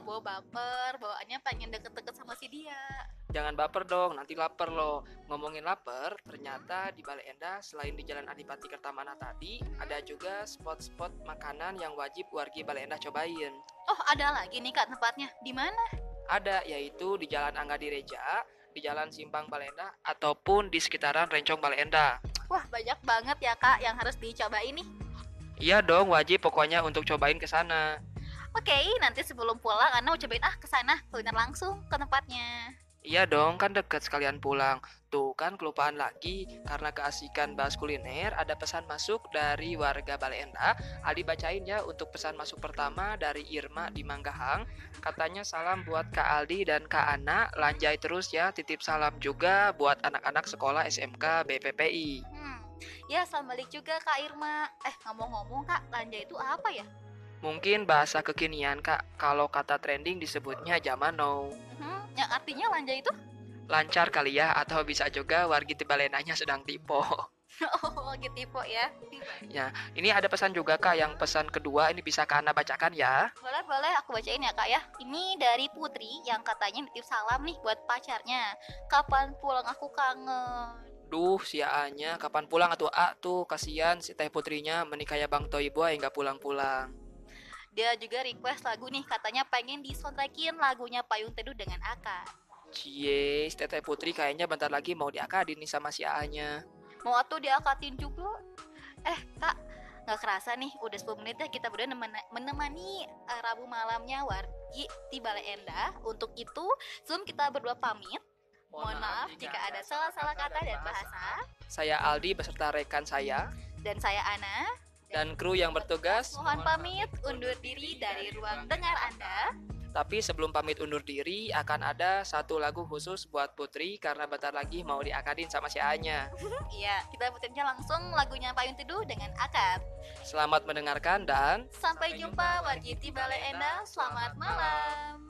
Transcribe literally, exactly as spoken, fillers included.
bawa baper, bawaannya pengen deket-deket sama si dia. Jangan baper dong, nanti lapar loh. Ngomongin lapar, ternyata di Bale Endah selain di Jalan Adipati Kertamana tadi, ada juga spot-spot makanan yang wajib wargi Bale Endah cobain. Oh, ada lagi nih Kak tempatnya. Di mana? Ada, yaitu di Jalan Angga Direja, di Jalan Simpang Bale Endah, ataupun di sekitaran Rencong Bale Endah. Wah, banyak banget ya Kak yang harus dicobain nih. Iya dong, wajib pokoknya untuk cobain ke sana. Oke, nanti sebelum pulang Ana mau cobain ah ke sana, kuliner langsung ke tempatnya. Iya dong, kan deket sekalian pulang. Tuh kan kelupaan lagi, karena keasikan bahas kuliner, ada pesan masuk dari warga Bale Endah. Aldi bacain ya untuk pesan masuk pertama dari Irma di Manggahang. Katanya salam buat Kak Aldi dan Kak Ana, lanjai terus ya, titip salam juga buat anak-anak sekolah S M K B P P I. Hmm, ya salam balik juga Kak Irma. Eh, ngomong-ngomong Kak, lanja itu apa ya? Mungkin bahasa kekinian Kak, kalau kata trending disebutnya zaman now. Hmm, yang artinya lanja itu? Lancar kali ya, atau bisa juga wargi Tibalenanya sedang tipe. Oh, gitu tipe ya. Ya, ini ada pesan juga Kak, yang pesan kedua ini bisa Kak Ana bacakan ya. Boleh, boleh aku bacain ya Kak ya. Ini dari Putri yang katanya nitip salam nih buat pacarnya. Kapan pulang aku kangen. Duh, si A-nya kapan pulang atuh A tuh, kasihan si Teh Putrinya menikah ya Bang Toy Boy nggak pulang-pulang. Dia juga request lagu nih, katanya pengen disoundtrackin lagunya Payung Teduh dengan Aka. Cie, si Teh Putri kayaknya bentar lagi mau diakadin nih sama si A-nya. Mau atuh diakatin juga. Eh Kak, nggak kerasa nih udah sepuluh menit ya kita berdua menemani, menemani uh, Rabu malamnya wargi di Bale Endah. Untuk itu, sebelum kita berdua pamit, mohon maaf jika ada salah-salah kata dan bahasa. Saya Aldi beserta rekan saya Dan saya Ana. dan kru yang bertugas. Mohon pamit undur diri dari ruang dengar Anda. Tapi sebelum pamit undur diri, akan ada satu lagu khusus buat Putri karena bentar lagi mau diakadin sama si A-nya. Iya, kita putarnya langsung lagunya Payung Teduh dengan Akad. Selamat mendengarkan dan Sampai jumpa wargi di Bale Endah. Selamat malam.